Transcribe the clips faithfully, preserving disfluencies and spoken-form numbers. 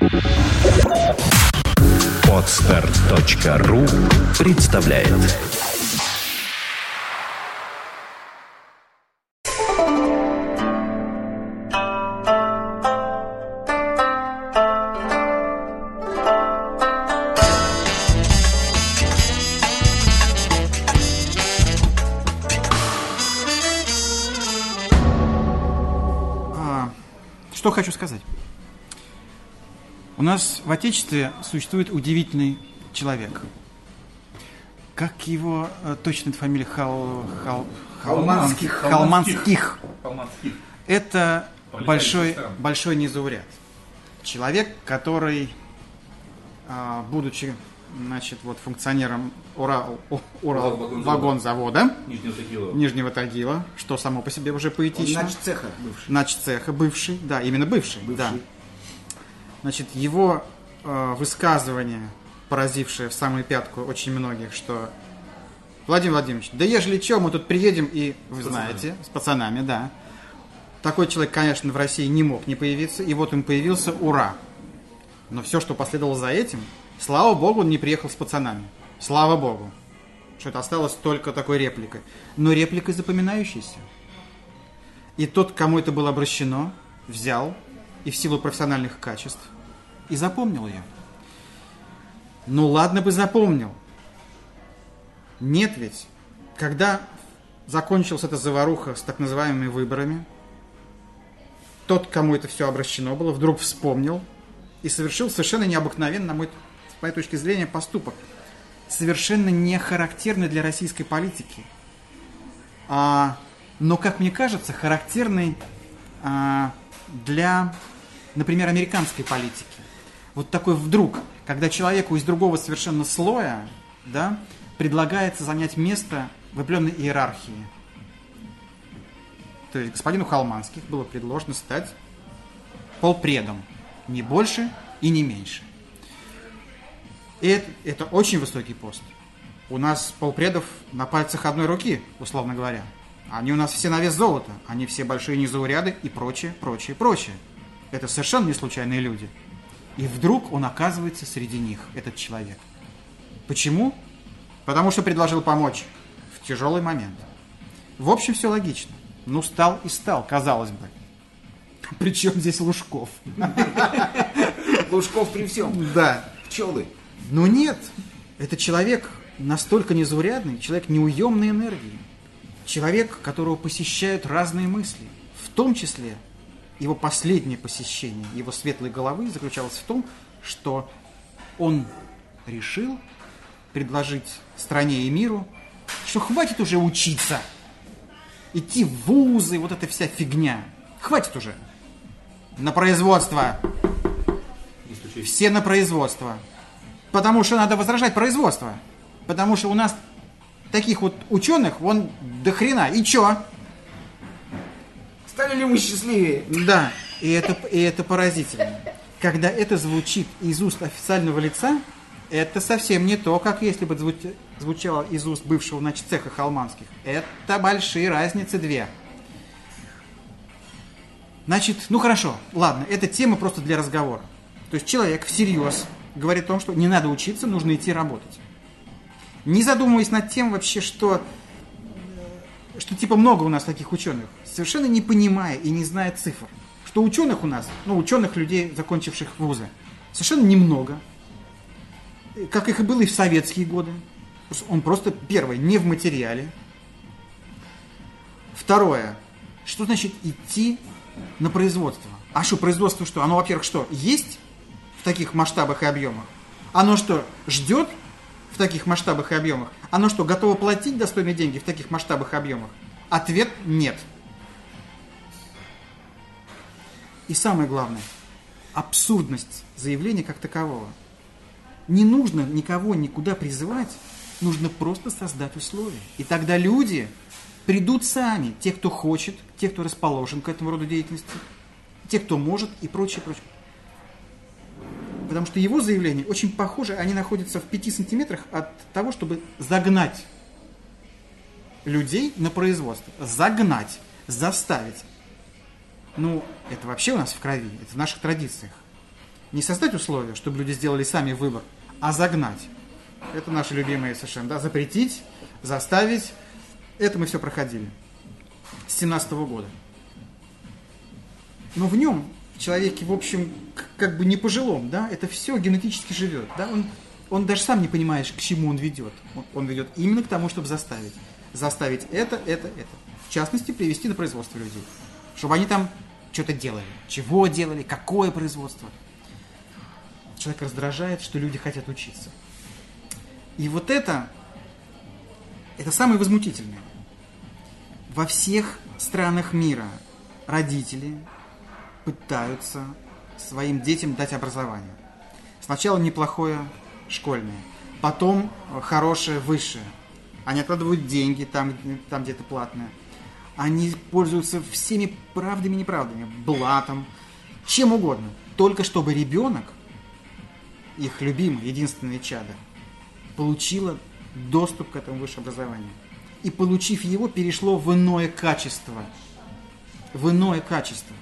Подстер точка ру представляет. Что хочу сказать. У нас в Отечестве существует удивительный человек. Как его э, точно эта фамилия? Хал, хал, Халманских. Халманских. Халманских. Это большой, большой незауряд. Человек, который, э, будучи значит, вот, функционером Урал, Урал-вагонзавода Нижнего Тагила. Нижнего Тагила, что само по себе уже поэтично. Начцеха бывший. Начцеха бывший, да, именно бывший. Бывший. Да. Значит, его э, высказывание, поразившее в самую пятку очень многих, что Владимир Владимирович, да ежели что, мы тут приедем и, вы с знаете, пацанами. с пацанами, да. Такой человек, конечно, в России не мог не появиться, и вот он появился, ура. Но все, что последовало за этим, слава богу, он не приехал с пацанами. Слава богу. Что это осталось только такой репликой. Но репликой запоминающейся. И тот, кому это было обращено, взял и в силу профессиональных качеств и запомнил ее. Ну ладно бы запомнил. Нет ведь. Когда закончилась эта заваруха с так называемыми выборами, тот, кому это все обращено было, вдруг вспомнил и совершил совершенно необыкновенный, на мой, с моей точки зрения, поступок. Совершенно не характерный для российской политики. А, но, как мне кажется, характерный а, для, например, американской политики. Вот такой вдруг, когда человеку из другого совершенно слоя, да, предлагается занять место в определенной иерархии. То есть господину Халманских было предложено стать полпредом. Не больше и не меньше. И это, это очень высокий пост. У нас полпредов на пальцах одной руки, условно говоря. Они у нас все на вес золота. Они все большие незауряды и прочее, прочее, прочее. Это совершенно не случайные люди. И вдруг он оказывается среди них, этот человек. Почему? Потому что предложил помочь в тяжелый момент. В общем, все логично. Ну, стал и стал, казалось бы. Причем здесь Лужков. Лужков при всем. Да. Пчелы. Но нет. Это человек настолько незаурядный, человек неуемной энергии. Человек, которого посещают разные мысли. В том числе его последнее посещение его светлой головы заключалось в том, что он решил предложить стране и миру, что хватит уже учиться, идти в вузы, вот эта вся фигня. Хватит уже. На производство. Все на производство. Потому что надо возражать производство. Потому что у нас таких вот ученых, вон до хрена. И чё? Стали ли мы счастливее? Да, и это, и это поразительно. Когда это звучит из уст официального лица, это совсем не то, как если бы звуч- звучало из уст бывшего, значит, цеха Халманских. Это большие разницы две. Значит, ну хорошо, ладно, это тема просто для разговора. То есть человек всерьез говорит о том, что не надо учиться, нужно идти работать. Не задумываясь над тем вообще, что, что типа много у нас таких ученых, совершенно не понимая и не зная цифр. Что ученых у нас, ну ученых людей, закончивших вузы, совершенно немного. Как их и было и в советские годы. Он просто, первое, не в материале. Второе, что значит идти на производство? А что, производство что? Оно, во-первых, что, есть в таких масштабах и объемах? Оно что, ждет в таких масштабах и объемах? Оно что, готово платить достойные деньги в таких масштабах и объемах? Ответ – нет. И самое главное, абсурдность заявления как такового. Не нужно никого никуда призывать, нужно просто создать условия. И тогда люди придут сами, те, кто хочет, те, кто расположен к этому роду деятельности, те, кто может и прочее, прочее. Потому что его заявления очень похожи, они находятся в пяти сантиметрах от того, чтобы загнать людей на производство. Загнать, заставить. Ну, это вообще у нас в крови, это в наших традициях. Не создать условия, чтобы люди сделали сами выбор, а загнать. Это наши любимые совершенно, да, запретить, заставить. Это мы все проходили с семнадцатого года. Но в нем, в человеке, в общем, как бы не пожилом, да, это все генетически живет, да, он, он даже сам не понимает, к чему он ведет. Он, он ведет именно к тому, чтобы заставить. Заставить это, это, это. В частности, привести на производство людей. Чтобы они там что-то делали. Чего делали, какое производство. Человек раздражает, что люди хотят учиться. И вот это, это самое возмутительное. Во всех странах мира родители пытаются своим детям дать образование. Сначала неплохое школьное, потом хорошее высшее. Они откладывают деньги там, там где-то платное. Они пользуются всеми правдами и неправдами, блатом, чем угодно. Только чтобы ребенок, их любимый, единственное чадо, получила доступ к этому высшему образованию. И, получив его, перешло в иное качество. В иное качество.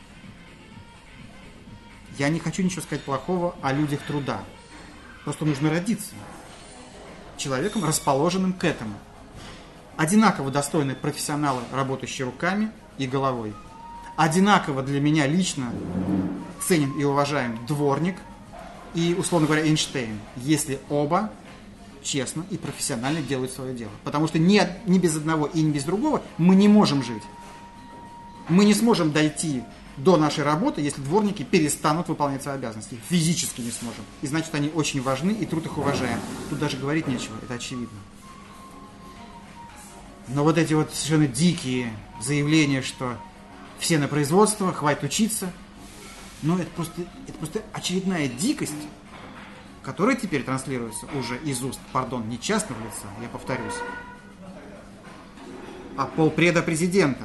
Я не хочу ничего сказать плохого о людях труда. Просто нужно родиться человеком, расположенным к этому. Одинаково достойны профессионалы, работающие руками и головой. Одинаково для меня лично ценен и уважаем дворник и, условно говоря, Эйнштейн, если оба честно и профессионально делают свое дело. Потому что ни, ни без одного и ни без другого мы не можем жить. Мы не сможем дойти до нашей работы, если дворники перестанут выполнять свои обязанности. Физически не сможем. И значит, они очень важны, и труд их уважаем. Тут даже говорить нечего, это очевидно. Но вот эти вот совершенно дикие заявления, что все на производство, хватит учиться, ну это просто, это просто очередная дикость, которая теперь транслируется уже из уст, пардон, не частного лица, я повторюсь, а полпреда президента.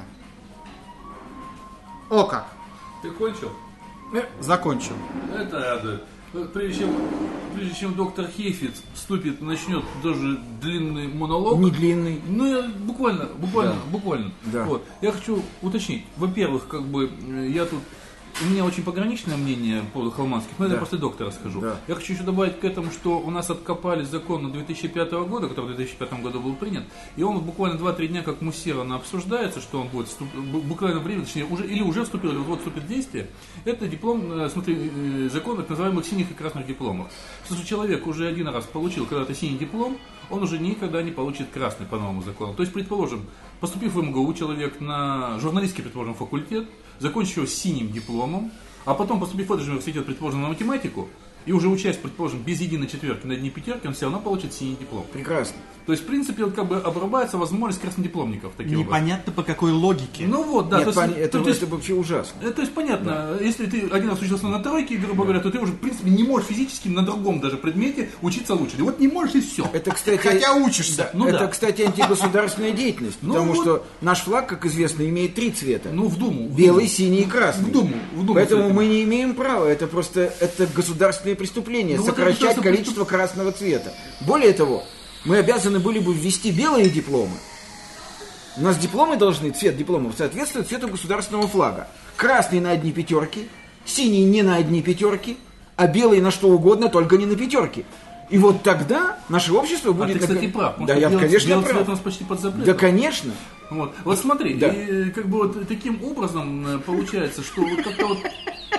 О как! Ты кончил? Закончил. Это радует. Прежде чем, прежде чем доктор Хейфиц вступит, начнет даже длинный монолог. Не длинный. Ну, я буквально, буквально, Да. буквально. Да. Вот. Я хочу уточнить. Во-первых, как бы я тут. У меня очень пограничное мнение по поводу Холманских, но Да. это после доктора скажу. Да. Я хочу еще добавить к этому, что у нас откопали закон две тысячи пятого года, который в две тысячи пятом году был принят, и он буквально два-три дня как муссировано обсуждается, что он будет вступ... буквально время, точнее, уже, или уже вступил, или вот вступит в действие. Это диплом, э, смотри, э, закон так называемых синих и красных дипломов. Что если человек уже один раз получил когда-то синий диплом, он уже никогда не получит красный по новому закону. То есть, предположим, поступив в эм гэ у человек на журналистский, предположим, факультет, закончив его с синим дипломом, а потом, поступив в этот же университет, предположим, на математику, и уже учась, предположим, без единой четверки на одни пятерки, он все равно получит синий диплом. Прекрасно. То есть, в принципе, вот как бы обрубается возможность краснодипломников. Таким образом. Непонятно по какой логике. Ну вот, да. Нет, то есть, пон- это, то есть, это вообще ужасно. э, то есть понятно, если ты один раз учился на тройке, грубо говоря, то ты уже, в принципе, не можешь физически на другом даже предмете учиться лучше. И вот не можешь, и все. Это, кстати, Хотя учишься. да, Ну это, да. кстати, антигосударственная деятельность, Ну потому вот. что наш флаг, как известно, имеет три цвета. Ну, в Думу. в Белый, Думу. синий и красный. В Думу. В Думу Поэтому с этим. мы не имеем права. Это просто это государственное преступление. Ну, вот это сокращать государственное количество красного цвета. Более того, мы обязаны были бы ввести белые дипломы. У нас дипломы должны, цвет дипломов соответствует цвету государственного флага. Красный на одни пятерки, синий не на одни пятерки, а белый на что угодно, только не на пятерки. И вот тогда наше общество А будет... ты, кстати, на- прав. потому Да, что я, белый- конечно, белый цвет прав. у нас почти под запретом. Да, конечно. Вот, вот смотри, Да. и как бы вот таким образом э, получается, что вот как-то вот...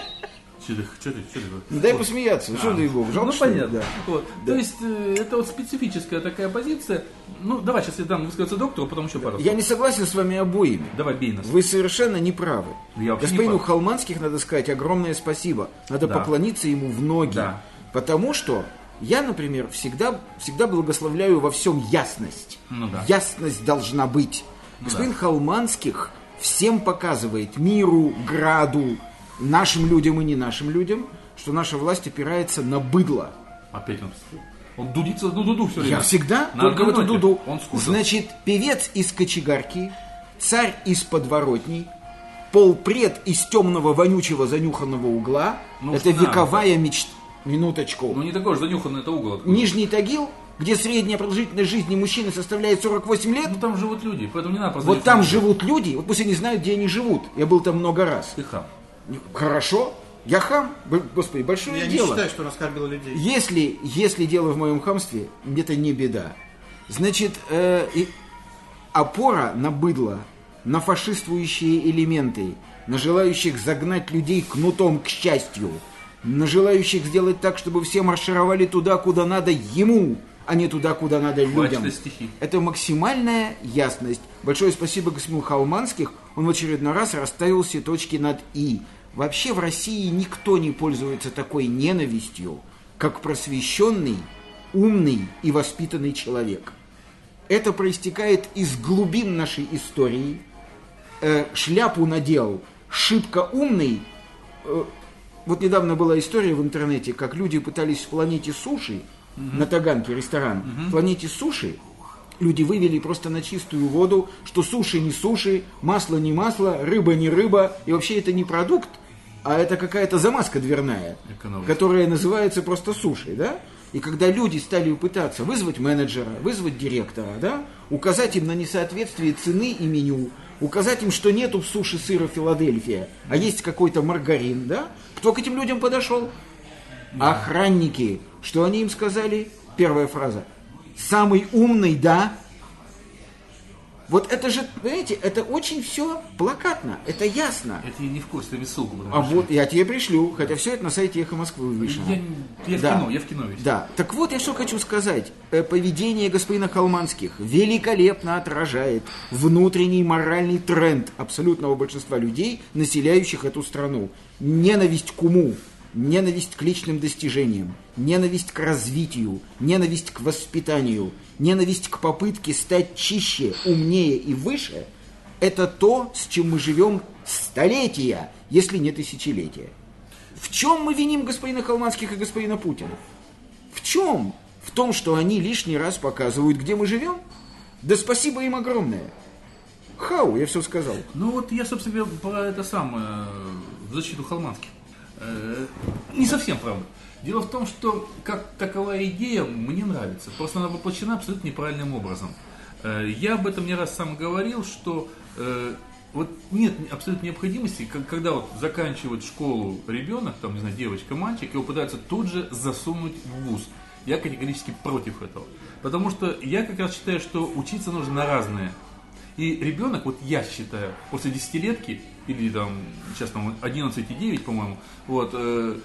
Че ты, че ты, че ты? Ну, дай Вот. посмеяться. Ну, что А, ты его, жалко, ну, что ли? понятно. Да. Вот. Да. То есть, э, это вот специфическая такая позиция. Ну, давай, сейчас я дам высказаться доктору, потом еще пару Я слов. не согласен с вами обоими. Давай, бей нас. Вы совершенно не правы. Я вообще не Господину прав. Холманских надо сказать огромное спасибо. Надо Да. поклониться ему в ноги. Да. Потому что я, например, всегда, всегда благословляю во всем ясность. Ну да. Ясность должна быть. Ну Господин да. Холманских всем показывает, миру, граду, нашим людям и не нашим людям, что наша власть опирается на быдло. Опять он, он дудится, ду-ду-ду все время. Я всегда На только в эту одной ноте. дуду. Он скучал. Значит, певец из кочегарки, царь из подворотней, полпред из темного, вонючего, занюханного угла. Ну, это что вековая мечта. Минуточку. Ну не такой же занюханный это угол. откуда. Нижний Тагил, где средняя продолжительность жизни мужчины составляет сорок восемь лет. Ну там живут люди, поэтому не надо про Вот там занюханный. живут люди, вот пусть они знают, где они живут. Я был там много раз. Ты хам. Хорошо. Я хам, господи, большое Я дело. не считаю, что он оскорбил людей. Если, если дело в моем хамстве, это не беда. Значит, э, и опора на быдло, на фашистующие элементы, на желающих загнать людей кнутом к счастью, на желающих сделать так, чтобы все маршировали туда, куда надо ему, а не туда, куда надо людям. Это максимальная ясность. Большое спасибо господину Холманских. Он в очередной раз расставил все точки над «и». Вообще в России никто не пользуется такой ненавистью, как просвещенный, умный и воспитанный человек. Это проистекает из глубин нашей истории. Э, шляпу надел шибко умный. Э, вот недавно была история в интернете, как люди пытались в планете суши, mm-hmm. на Таганке ресторан, mm-hmm. в планете суши, люди вывели просто на чистую воду, что суши не суши, масло не масло, рыба не рыба, и вообще это не продукт, а это какая-то замазка дверная, Экономика. которая называется просто суши, да? И когда люди стали пытаться вызвать менеджера, вызвать директора, да, указать им на несоответствие цены и меню, указать им, что нету в суши сыра Филадельфия, а есть какой-то маргарин, да, кто к этим людям подошел? Да. Охранники. Что они им сказали? Первая фраза. Самый умный, да. Вот это же, понимаете, это очень все плакатно, это ясно. Я тебе не в курсе, ты ссылку буду. А вот я тебе пришлю, хотя все это на сайте Эхо Москвы вывешено. Я, я, да. в кино, я в кино весь. Да, так вот я что хочу сказать. Поведение господина Холманских великолепно отражает внутренний моральный тренд абсолютного большинства людей, населяющих эту страну. Ненависть к уму. Ненависть к личным достижениям, ненависть к развитию, ненависть к воспитанию, ненависть к попытке стать чище, умнее и выше – это то, с чем мы живем столетия, если не тысячелетия. В чем мы виним господина Холманских и господина Путина? В чем? В том, что они лишний раз показывают, где мы живем? Да спасибо им огромное. Хау, я все сказал. Ну вот я, собственно говоря, про это самое, в защиту Холманских. Не совсем, правда. Дело в том, что как таковая идея мне нравится. Просто она воплощена абсолютно неправильным образом. Я об этом не раз сам говорил, что вот нет абсолютной необходимости, когда вот заканчивает школу ребенок, там, не знаю, девочка, мальчик, его пытаются тут же засунуть в вуз. Я категорически против этого. Потому что я как раз считаю, что учиться нужно на разное. И ребенок, вот я считаю, после десятилетки, или там, сейчас там одиннадцать и девять, по-моему, вот, э,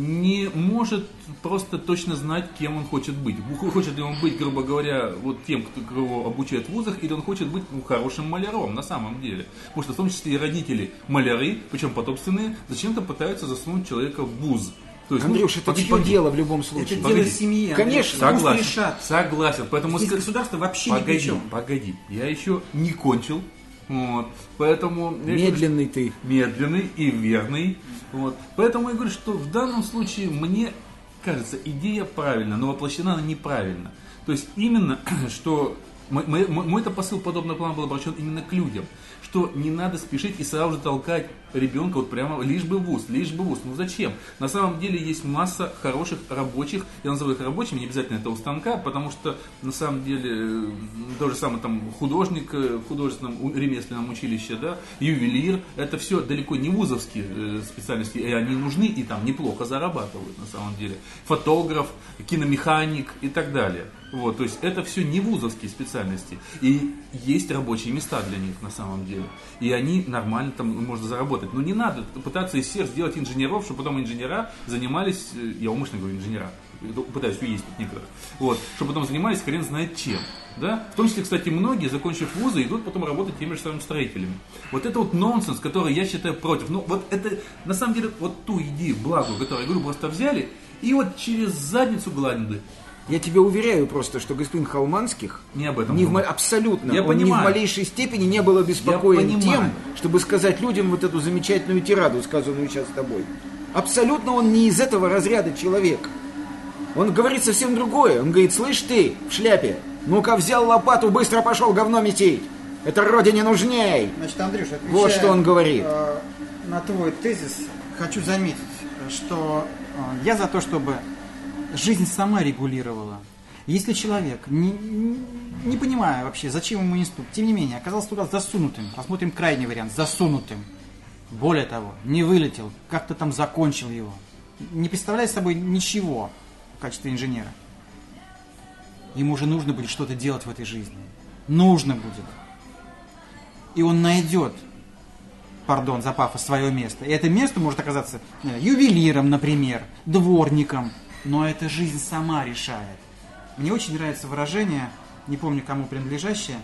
не может просто точно знать, кем он хочет быть. Хочет ли он быть, грубо говоря, вот тем, кто его обучает в вузах, или он хочет быть ну, хорошим маляром на самом деле. Потому что в том числе и родители маляры, причем потомственные, зачем-то пытаются засунуть человека в вуз. То есть, Андрюш, ну, это погоди, типа дело в любом случае. Это дело семьи. Конечно. Согласен. Решат. Согласен. Поэтому здесь государство вообще погоди, ни при чем. Погоди, я еще не кончил. Вот. Поэтому медленный говорю, ты. Медленный и верный. Вот. Поэтому я говорю, что в данном случае мне кажется, идея правильна, но воплощена она неправильно. То есть именно, что мой, мой, мой-то посыл подобного плана был обращен именно к людям, что не надо спешить и сразу же толкать ребенка вот прямо лишь бы в вуз, лишь бы в вуз. Ну зачем? На самом деле есть масса хороших рабочих, я называю их рабочими, не обязательно это у станка, потому что на самом деле то же самое там художник в художественном ремесленном училище, да, ювелир, это все далеко не вузовские специальности, и они нужны и там неплохо зарабатывают на самом деле. Фотограф, киномеханик и так далее. Вот, то есть это все не вузовские специальности. И есть рабочие места для них на самом деле. И они нормально там можно заработать. Но не надо пытаться из всех сделать инженеров, чтобы потом инженера занимались, я умышленно говорю инженера, пытаюсь уесть тут некоторых, вот, чтобы потом занимались хрен знает чем. Да? В том числе, кстати, многие, закончив вузы, идут потом работать теми же самыми строителями. Вот это вот нонсенс, который я считаю против. Ну, вот это, на самом деле, вот ту идею, благую, которую, я говорю, просто взяли, и вот через задницу гладили. Я тебя уверяю просто, что господин Холманских не об этом не в, абсолютно, я он понимаю. ни в малейшей степени не был обеспокоен тем, чтобы сказать людям вот эту замечательную тираду, сказанную сейчас с тобой. Абсолютно он не из этого разряда человек. Он говорит совсем другое. Он говорит: слышь ты, в шляпе, ну-ка взял лопату, быстро пошел говно мететь. Это родине нужней. Значит, Андрюш, отвечая, вот что он говорит. Э, на твой тезис, хочу заметить, что э, я за то, чтобы жизнь сама регулировала. Если человек, не, не понимая вообще, зачем ему институт, тем не менее, оказался туда засунутым, посмотрим крайний вариант, засунутым, Более того, не вылетел, как-то там закончил его. Не представляет собой ничего в качестве инженера. Ему уже нужно будет что-то делать в этой жизни. Нужно будет. И он найдет, пардон за пафос, свое место. И это место может оказаться ювелиром, например, дворником. Но эта жизнь сама решает. Мне очень нравится выражение, не помню кому принадлежащее,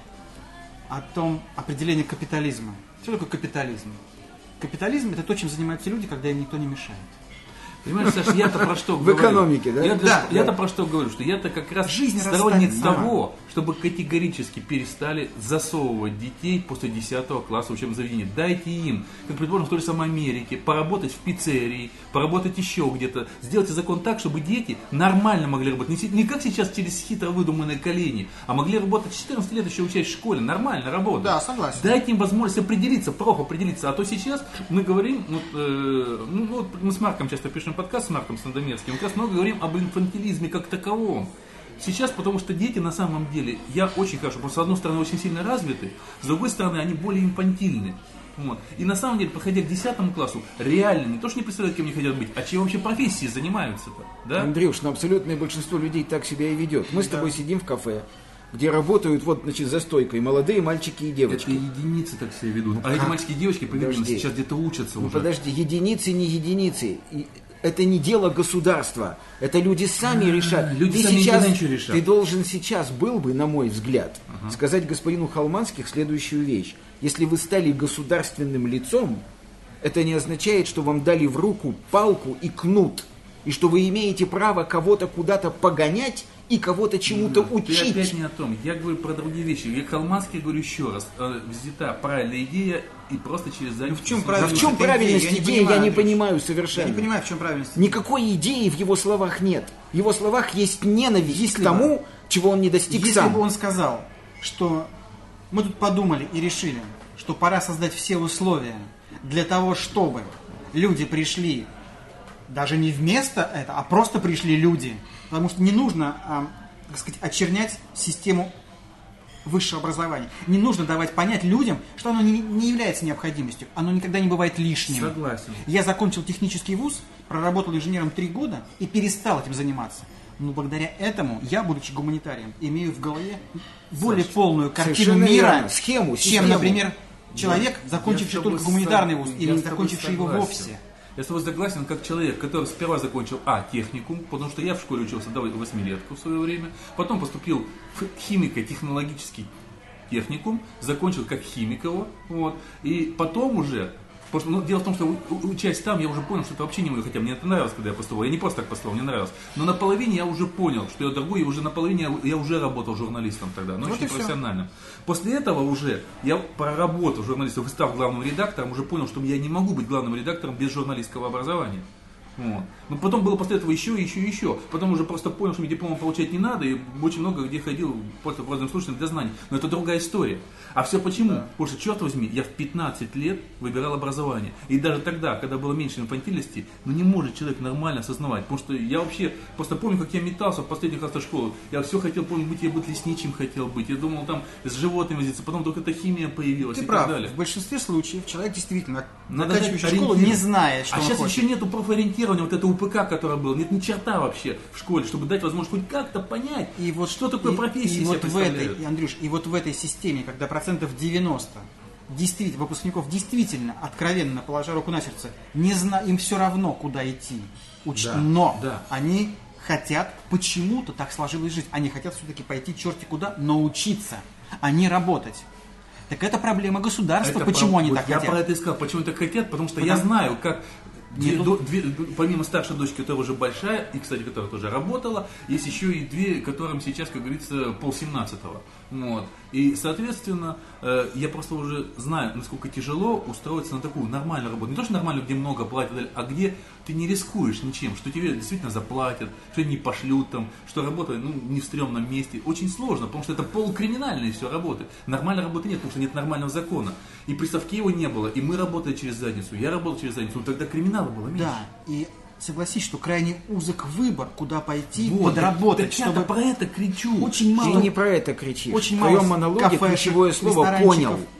о том определении капитализма. Что такое капитализм? Капитализм – это то, чем занимаются люди, когда им никто не мешает. Понимаешь, Саша, я-то про что В говорю? экономике, да? Я, Да, я-то да. про что говорю, что я-то как раз Жизнь сторонник расстанет, того, чтобы категорически перестали засовывать детей после десятого класса учебного заведения. Дайте им, как предположим, в той же самой Америке, поработать в пиццерии, поработать еще где-то. Сделайте закон так, чтобы дети нормально могли работать. Не, не как сейчас через хитро выдуманные колени, а могли работать четырнадцать лет еще учась в школе, нормально работать. Да, согласен. Дайте им возможность определиться, профопределиться. А то сейчас мы говорим, вот, э, ну, вот мы с Марком часто пишем подкаст, с Марком Сандомирским, мы как раз много говорим об инфантилизме как таковом. Сейчас, потому что дети на самом деле, я очень хорошо, просто с одной стороны очень сильно развиты, с другой стороны они более инфантильны. Вот. И на самом деле, подходя к десятому классу, реально не то, что не представляют, кем они хотят быть, а чем вообще профессии занимаются-то. Да? Андрюш, ну абсолютное большинство людей так себя и ведет. Мы с тобой сидим в кафе, где работают вот, значит, за стойкой молодые мальчики и девочки. Это единицы так себя ведут. А эти мальчики и девочки, поверь мне, Подожди. сейчас где-то учатся Ну уже. подожди, единицы не единицы. И это не дело государства. Это люди сами решают. люди ты сами сейчас, никогда ничего решат. Ты должен сейчас был бы, на мой взгляд, сказать господину Холманских следующую вещь. Если вы стали государственным лицом, это не означает, что вам дали в руку палку и кнут. И что вы имеете право кого-то куда-то погонять и кого-то чему-то Ты учить. опять не о том. Я говорю про другие вещи. Я Холманский говорю еще раз. Э, Взята правильная идея и просто через задницу. в чем А правильность в чем этой правильность идеи? Я не идеи, я понимаю, не Андрюш. понимаю Я совершенно. не понимаю, в чем правильность. Никакой идеи в его словах нет. В его словах есть ненависть Если к тому, чего он не достиг Если сам. бы он сказал, что мы тут подумали и решили, что пора создать все условия для того, чтобы люди пришли, даже не вместо этого, а просто пришли люди. Потому что не нужно, а, так сказать, очернять систему высшего образования. Не нужно давать понять людям, что оно не, не является необходимостью. Оно никогда не бывает лишним. Согласен. Я закончил технический вуз, проработал инженером три года и перестал этим заниматься. Но благодаря этому я, будучи гуманитарием, имею в голове более полную картину совершенно мира, верно. Схему, чем, систему. например, человек, Я закончивший с тобой только гуманитарный вуз сог- или я с тобой закончивший его согласен. вовсе. Я с тобой согласен, как человек, который сперва закончил, а, техникум, потому что я в школе учился до восьмилетку в свое время, потом поступил в химико-технологический техникум, закончил как химик его, вот, и потом уже, потому что, ну, дело в том, что у- учась там, я уже понял, что это вообще не мое, хотя мне это нравилось, когда я поступал, я не просто так поступал, мне нравилось, но на половине я уже понял, что я другой, и уже на половине я, я уже работал журналистом тогда, но Вот очень и всё. профессионально. После этого уже я проработал журналистом и стал главным редактором, уже понял, что я не могу быть главным редактором без журналистского образования. Вот. Но потом было после этого еще, еще, еще. Потом уже просто понял, что мне диплома получать не надо, и очень много где ходил просто по разным случаям для знаний. Но это другая история. А все почему? Да. Потому что, черт возьми, я в пятнадцать лет выбирал образование. И даже тогда, когда было меньше инфантильности, ну не может человек нормально осознавать. Потому что я вообще просто помню, как я метался в последних классах школы. Я все хотел, помню, быть, я быть лесничим хотел быть. Я думал там с животными возиться. Потом только эта химия появилась Ты и прав. так далее. В большинстве случаев человек действительно, Надо заканчивающий дать школу, ориентир. не знает, что А он сейчас хочет. еще нету профориентирования, вот это УПК, которое было, нет ни черта вообще в школе, чтобы дать возможность хоть как-то понять, И вот что такое и- профессия и себя вот в представляет. этой, и, Андрюш, и вот в этой системе, когда процентов девяносто действительно, выпускников действительно, откровенно, положа руку на сердце, не зна, им все равно, куда идти, уч- Да, но да. они хотят, почему-то так сложилась жизнь, они хотят все-таки пойти черти куда, научиться, а не работать. Так это проблема государства, Это почему про- они вот так я хотят. про это и сказал, почему они так хотят, потому что Потому- я знаю, как две- Нет, до- две- помимо старшей дочки, которая уже большая, и, кстати, которая тоже работала, есть еще и две, которым сейчас, как говорится, полсемнадцатого. Вот. И, соответственно, э, я просто уже знаю, насколько тяжело устроиться на такую нормальную работу. Не то, что нормальную, где много платят, а где ты не рискуешь ничем, что тебе действительно заплатят, что не пошлют там, что работа ну, не в стрёмном месте. Очень сложно, потому что это полукриминальные все работы. Нормальной работы нет, потому что нет нормального закона. И при совке его не было, и мы работали через задницу, я работал через задницу, ну тогда криминала было меньше. Да, и согласись, что крайне узок выбор, куда пойти, Вот, подработать, так я-то чтобы про это кричу. очень Ты мало... не про это кричишь. Очень В мало твоем монологе кафешек, ключевое слово ресторанчиков. «понял».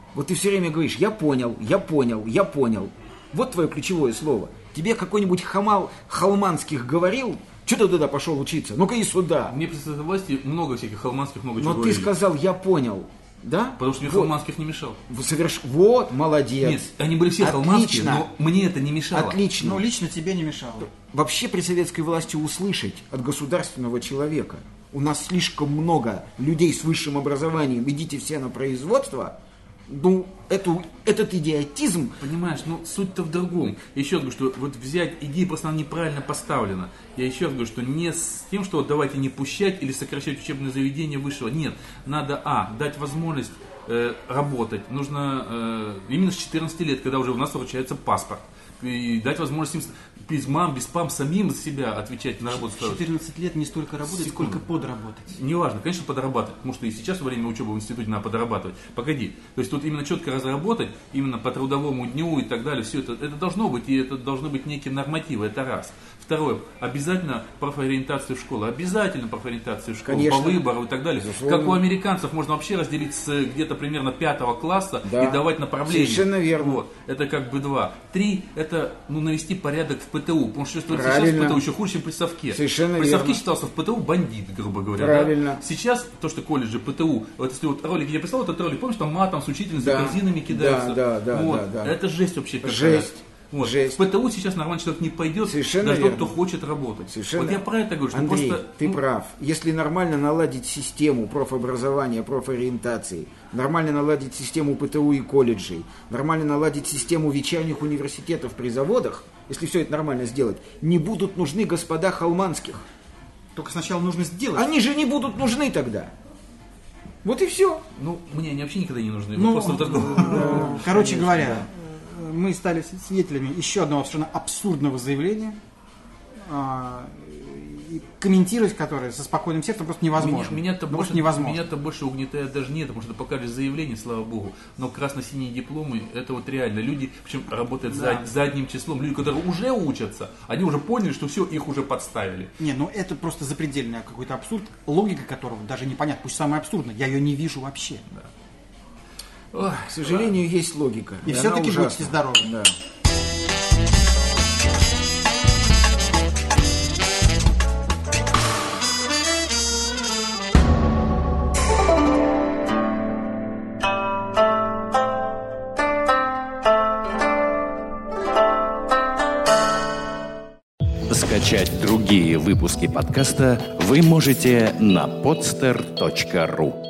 Вот ты все время говоришь, я понял, я понял, я понял. Вот твое ключевое слово. Тебе какой-нибудь хамал Халманских говорил, что ты туда пошел учиться? Ну-ка и сюда. Мне представитель власти много всяких Халманских, много чего Но ты говорили. сказал, я понял. Да? Потому что мне вот. Халманских не мешал. Соверш... Вот, молодец. Нет, они были все Отлично. Халманские, но мне это не мешало. Отлично. Ну, лично тебе не мешало. Вообще при советской власти услышать от государственного человека, у нас слишком много людей с высшим образованием, идите все на производство, ну, эту, этот идиотизм... Понимаешь, ну суть-то в другом. Я еще раз говорю, что вот взять идею, просто она неправильно поставлена. Я еще раз говорю, что не с тем, что вот давайте не пущать или сокращать учебное заведение высшего. Нет, надо, а, дать возможность э, работать. Нужно э, именно с четырнадцати лет, когда уже у нас вручается паспорт. И дать возможность им без мам, без пам самим за себя отвечать на работу. четырнадцать лет не столько работать, Секунду. сколько подработать. Неважно, конечно, подрабатывать, потому что и сейчас во время учебы в институте надо подрабатывать. Погоди, то есть тут именно четко разработать, именно по трудовому дню и так далее, все это, это должно быть, и это должны быть некие нормативы, это раз. Второе, обязательно профориентация в школу, обязательно профориентация в школу, Конечно. по выбору и так далее. Безусловно. Как у американцев можно вообще разделить с где-то примерно пятого класса Да. и давать направление. Совершенно верно. Вот, это как бы два. Три, это ну, навести порядок в ПТУ, потому что что сейчас в Правильно. ПТУ еще хуже, чем при совке. Совершенно при совке верно. считался в ПТУ бандит, грубо говоря. Правильно. Да? Сейчас то, что колледжи, ПТУ, вот если вот ролик, я прислал этот ролик, помнишь, там матом с учительницей, Да. корзинами кидаются. Да, да, да, вот. да, да. Это жесть вообще какая. Жесть. Вот. Жесть. В ПТУ сейчас нормальный человек не пойдет, Совершенно даже верно. тот, кто хочет работать. Совершенно. Вот я про это говорю, что Андрей, просто... ты ну, прав. Если нормально наладить систему профобразования, профориентации, нормально наладить систему ПТУ и колледжей, нормально наладить систему вечерних университетов при заводах, если все это нормально сделать, не будут нужны господа Халманских. Только сначала нужно сделать. Они же не будут нужны тогда. Вот и все. Ну, мне они вообще никогда не нужны. Ну, Вопрос в другом. э, короче говоря, мы стали свидетелями еще одного совершенно абсурдного заявления, а, и комментировать которое со спокойным сердцем просто невозможно. Меня, меня-то, Ну, больше, просто невозможно. меня-то больше угнетает даже не это, потому что показали заявление, слава богу, но красно-синие дипломы, это вот реально люди, причем работают Да. за, задним числом, люди, которые уже учатся, они уже поняли, что все, их уже подставили. Не, ну это просто запредельный какой-то абсурд, логика которого даже непонятна, пусть самая абсурдная, я ее не вижу вообще. Ой, К сожалению, есть логика. И она все-таки ужасна. будьте здоровы. Да. Скачать другие выпуски подкаста вы можете на podster точка ру.